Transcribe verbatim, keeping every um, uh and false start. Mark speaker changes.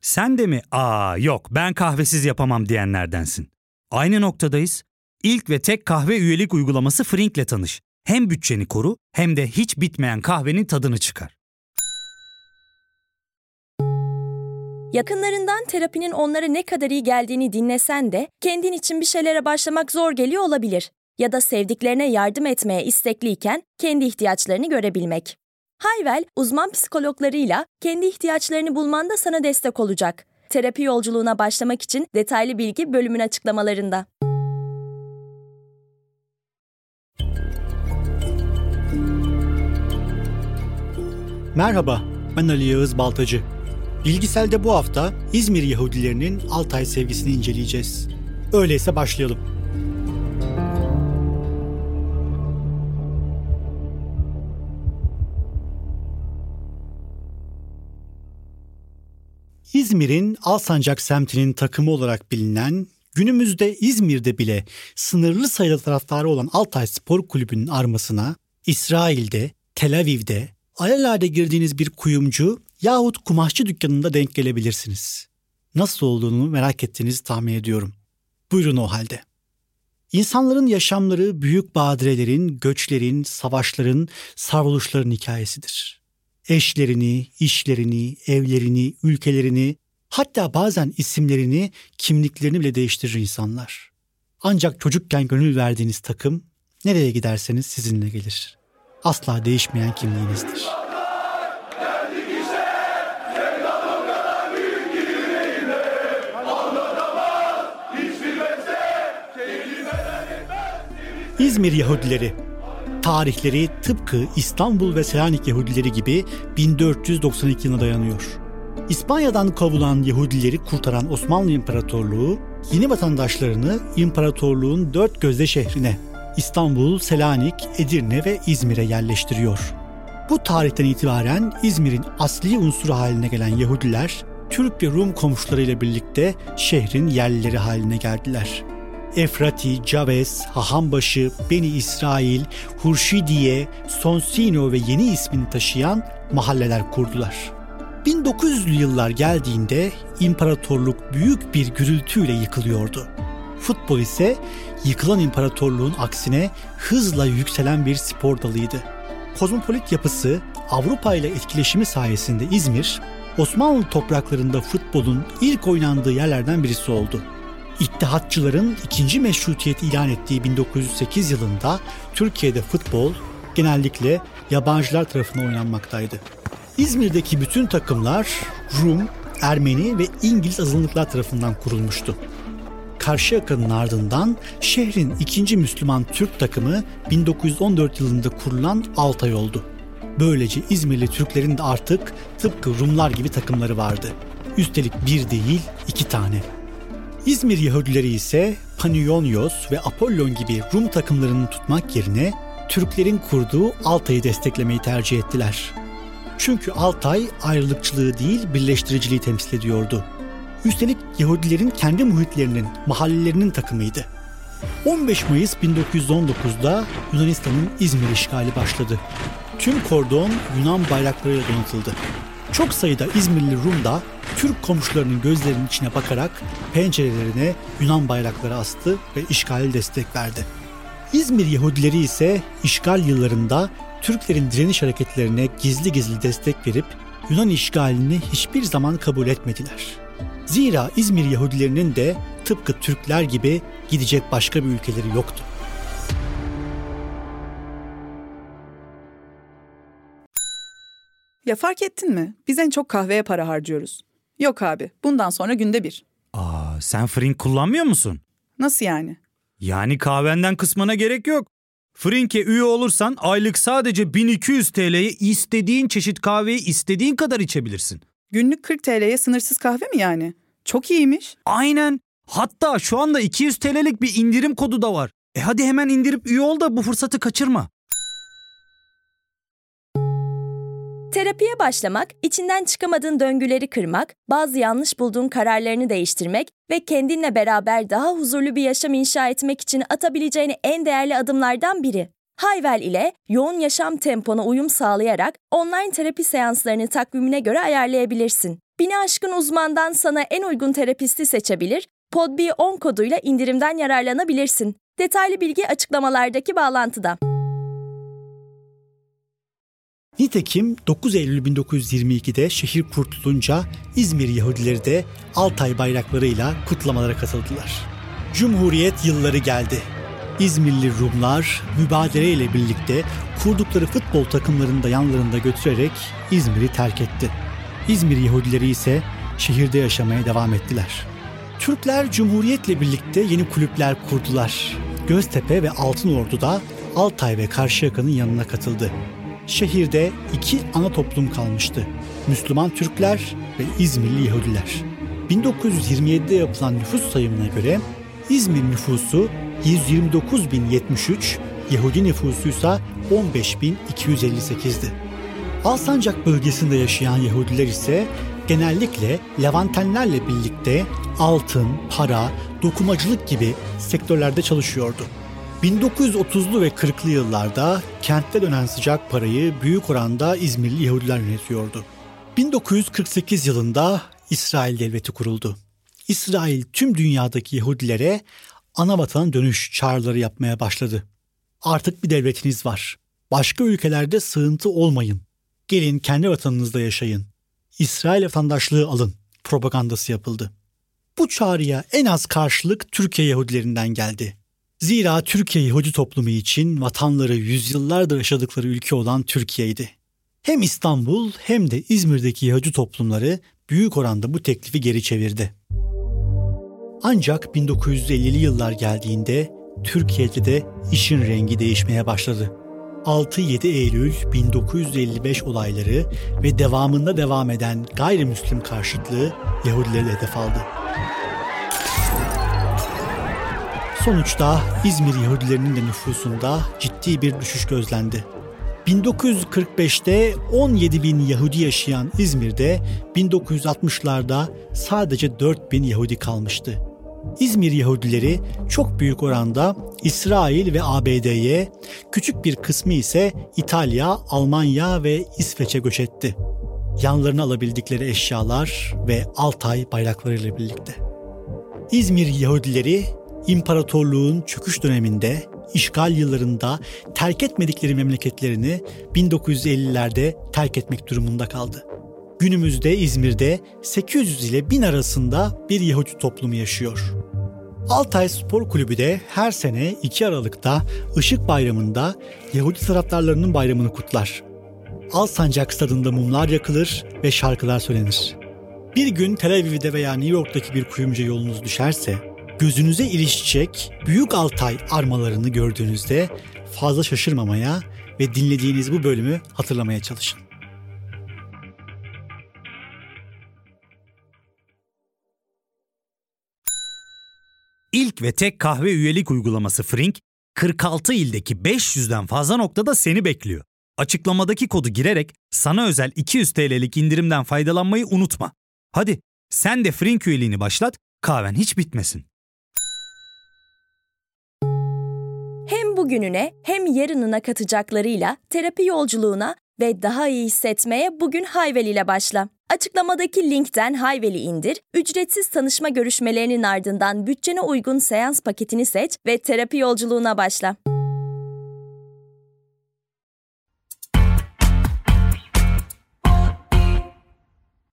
Speaker 1: Sen de mi "Aa yok ben kahvesiz yapamam" diyenlerdensin? Aynı noktadayız. İlk ve tek kahve üyelik uygulaması Frink'le tanış. Hem bütçeni koru hem de hiç bitmeyen kahvenin tadını çıkar.
Speaker 2: Yakınlarından terapinin onlara ne kadar iyi geldiğini dinlesen de kendin için bir şeylere başlamak zor geliyor olabilir. Ya da sevdiklerine yardım etmeye istekliyken kendi ihtiyaçlarını görebilmek. Hayvel, uzman psikologlarıyla kendi ihtiyaçlarını bulmanda sana destek olacak. Terapi yolculuğuna başlamak için detaylı bilgi bölümün açıklamalarında.
Speaker 3: Merhaba, ben Ali Yağız Baltacı. Bilgisel'de bu hafta İzmir Yahudilerinin Altay sevgisini inceleyeceğiz. Öyleyse başlayalım. İzmir'in Alsancak semtinin takımı olarak bilinen, günümüzde İzmir'de bile sınırlı sayıda taraftarı olan Altay Spor Kulübü'nün armasına İsrail'de, Tel Aviv'de, alelade girdiğiniz bir kuyumcu yahut kumaşçı dükkanında denk gelebilirsiniz. Nasıl olduğunu merak ettiğinizi tahmin ediyorum. Buyurun o halde. İnsanların yaşamları büyük badirelerin, göçlerin, savaşların, sarılışların hikayesidir. Eşlerini, işlerini, evlerini, ülkelerini, hatta bazen isimlerini, kimliklerini bile değiştirir insanlar. Ancak çocukken gönül verdiğiniz takım nereye giderseniz sizinle gelir. Asla değişmeyen kimliğinizdir. İzmir Yahudileri. Tarihleri tıpkı İstanbul ve Selanik Yahudileri gibi bin dört yüz doksan iki yılına dayanıyor. İspanya'dan kovulan Yahudileri kurtaran Osmanlı İmparatorluğu, yeni vatandaşlarını imparatorluğun dört gözde şehrine, İstanbul, Selanik, Edirne ve İzmir'e yerleştiriyor. Bu tarihten itibaren İzmir'in asli unsuru haline gelen Yahudiler, Türk ve Rum komşularıyla birlikte şehrin yerlileri haline geldiler. Efrati, Caves, Hahambaşı, Beni İsrail, Hurşidiye, Sonsino ve yeni ismini taşıyan mahalleler kurdular. bin dokuz yüzlü yıllar geldiğinde imparatorluk büyük bir gürültüyle yıkılıyordu. Futbol ise yıkılan imparatorluğun aksine hızla yükselen bir spor dalıydı. Kozmopolit yapısı, Avrupa ile etkileşimi sayesinde İzmir, Osmanlı topraklarında futbolun ilk oynandığı yerlerden birisi oldu. İttihatçıların ikinci meşrutiyeti ilan ettiği bin dokuz yüz sekiz yılında Türkiye'de futbol genellikle yabancılar tarafından oynanmaktaydı. İzmir'deki bütün takımlar Rum, Ermeni ve İngiliz azınlıklar tarafından kurulmuştu. Karşıyaka'nın ardından şehrin ikinci Müslüman Türk takımı bin dokuz yüz on dört yılında kurulan Altay oldu. Böylece İzmirli Türklerin de artık tıpkı Rumlar gibi takımları vardı. Üstelik bir değil iki tane. İzmir Yahudileri ise Panionios ve Apollon gibi Rum takımlarını tutmak yerine Türklerin kurduğu Altay'ı desteklemeyi tercih ettiler. Çünkü Altay ayrılıkçılığı değil birleştiriciliği temsil ediyordu. Üstelik Yahudilerin kendi muhitlerinin, mahallelerinin takımıydı. on beş Mayıs bin dokuz yüz on dokuzda Yunanistan'ın İzmir işgali başladı. Tüm kordon Yunan bayraklarıyla donatıldı. Çok sayıda İzmirli Rum da Türk komşularının gözlerinin içine bakarak pencerelerine Yunan bayrakları astı ve işgale destek verdi. İzmir Yahudileri ise işgal yıllarında Türklerin direniş hareketlerine gizli gizli destek verip Yunan işgalini hiçbir zaman kabul etmediler. Zira İzmir Yahudilerinin de tıpkı Türkler gibi gidecek başka bir ülkeleri yoktu.
Speaker 4: Ya fark ettin mi? Biz en çok kahveye para harcıyoruz. Yok abi, bundan sonra günde bir.
Speaker 1: Aa, sen Frink kullanmıyor musun?
Speaker 4: Nasıl yani?
Speaker 1: Yani kahvenden kısmına gerek yok. Frink'e üye olursan aylık sadece bin iki yüz T L'ye istediğin çeşit kahveyi istediğin kadar içebilirsin.
Speaker 4: Günlük kırk T L'ye sınırsız kahve mi yani? Çok iyiymiş.
Speaker 1: Aynen. Hatta şu anda iki yüz T L'lik bir indirim kodu da var. E hadi hemen indirip üye ol da bu fırsatı kaçırma.
Speaker 2: Terapiye başlamak, içinden çıkamadığın döngüleri kırmak, bazı yanlış bulduğun kararlarını değiştirmek ve kendinle beraber daha huzurlu bir yaşam inşa etmek için atabileceğin en değerli adımlardan biri. Hayvel ile yoğun yaşam tempona uyum sağlayarak online terapi seanslarını takvimine göre ayarlayabilirsin. Bini aşkın uzmandan sana en uygun terapisti seçebilir, Podbi on koduyla indirimden yararlanabilirsin. Detaylı bilgi açıklamalardaki bağlantıda.
Speaker 3: Nitekim dokuz Eylül bin dokuz yüz yirmi ikide şehir kurtulunca İzmir Yahudileri de Altay bayraklarıyla kutlamalara katıldılar. Cumhuriyet yılları geldi. İzmirli Rumlar mübadeleyle birlikte kurdukları futbol takımlarını da yanlarında götürerek İzmir'i terk etti. İzmir Yahudileri ise şehirde yaşamaya devam ettiler. Türkler Cumhuriyet'le birlikte yeni kulüpler kurdular. Göztepe ve Altınordu da Altay ve Karşıyaka'nın yanına katıldı. Şehirde iki ana toplum kalmıştı. Müslüman Türkler ve İzmirli Yahudiler. bin dokuz yüz yirmi yedide yapılan nüfus sayımına göre İzmir nüfusu yüz yirmi dokuz bin yetmiş üç, Yahudi nüfusuysa on beş bin iki yüz elli sekizdi. Alsancak bölgesinde yaşayan Yahudiler ise genellikle Levantenlerle birlikte altın, para, dokumacılık gibi sektörlerde çalışıyordu. bin dokuz yüz otuzlu ve kırklı yıllarda kentte dönen sıcak parayı büyük oranda İzmirli Yahudiler yönetiyordu. bin dokuz yüz kırk sekiz yılında İsrail Devleti kuruldu. İsrail tüm dünyadaki Yahudilere anavatana dönüş çağrıları yapmaya başladı. Artık bir devletiniz var. Başka ülkelerde sığıntı olmayın. Gelin kendi vatanınızda yaşayın. İsrail vatandaşlığı alın propagandası yapıldı. Bu çağrıya en az karşılık Türkiye Yahudilerinden geldi. Zira Türkiye Yahudi toplumu için vatanları yüzyıllardır yaşadıkları ülke olan Türkiye'ydi. Hem İstanbul hem de İzmir'deki Yahudi toplumları büyük oranda bu teklifi geri çevirdi. Ancak bin dokuz yüz ellili yıllar geldiğinde Türkiye'de de işin rengi değişmeye başladı. altı yedi Eylül bin dokuz yüz elli beş olayları ve devamında devam eden gayrimüslim karşıtlığı Yahudileri hedef aldı. Sonuçta İzmir Yahudilerinin de nüfusunda ciddi bir düşüş gözlendi. bin dokuz yüz kırk beşte on yedi bin Yahudi yaşayan İzmir'de bin dokuz yüz altmışlarda sadece dört bin Yahudi kalmıştı. İzmir Yahudileri çok büyük oranda İsrail ve A B D'ye, küçük bir kısmı ise İtalya, Almanya ve İsveç'e göç etti. Yanlarına alabildikleri eşyalar ve Altay bayraklarıyla birlikte. İzmir Yahudileri İmparatorluğun çöküş döneminde, işgal yıllarında terk etmedikleri memleketlerini bin dokuz yüz ellilerde terk etmek durumunda kaldı. Günümüzde İzmir'de sekiz yüz ile bin arasında bir Yahudi toplumu yaşıyor. Altay Spor Kulübü de her sene iki Aralık'ta Işık Bayramı'nda Yahudi taraftarlarının bayramını kutlar. Alsancak Stadı'nda mumlar yakılır ve şarkılar söylenir. Bir gün Tel Aviv'de veya New York'taki bir kuyumcuya yolunuz düşerse, gözünüze ilişecek Büyük Altay armalarını gördüğünüzde fazla şaşırmamaya ve dinlediğiniz bu bölümü hatırlamaya çalışın.
Speaker 1: İlk ve tek kahve üyelik uygulaması Frink, kırk altı ildeki beş yüzden fazla noktada seni bekliyor. Açıklamadaki kodu girerek sana özel iki yüz TL'lik indirimden faydalanmayı unutma. Hadi sen de Frink üyeliğini başlat, kahven hiç bitmesin.
Speaker 2: Hem bugününe hem yarınına katacaklarıyla terapi yolculuğuna ve daha iyi hissetmeye bugün Hayvel ile başla. Açıklamadaki linkten Hayvel'i indir, ücretsiz tanışma görüşmelerinin ardından bütçene uygun seans paketini seç ve terapi yolculuğuna başla.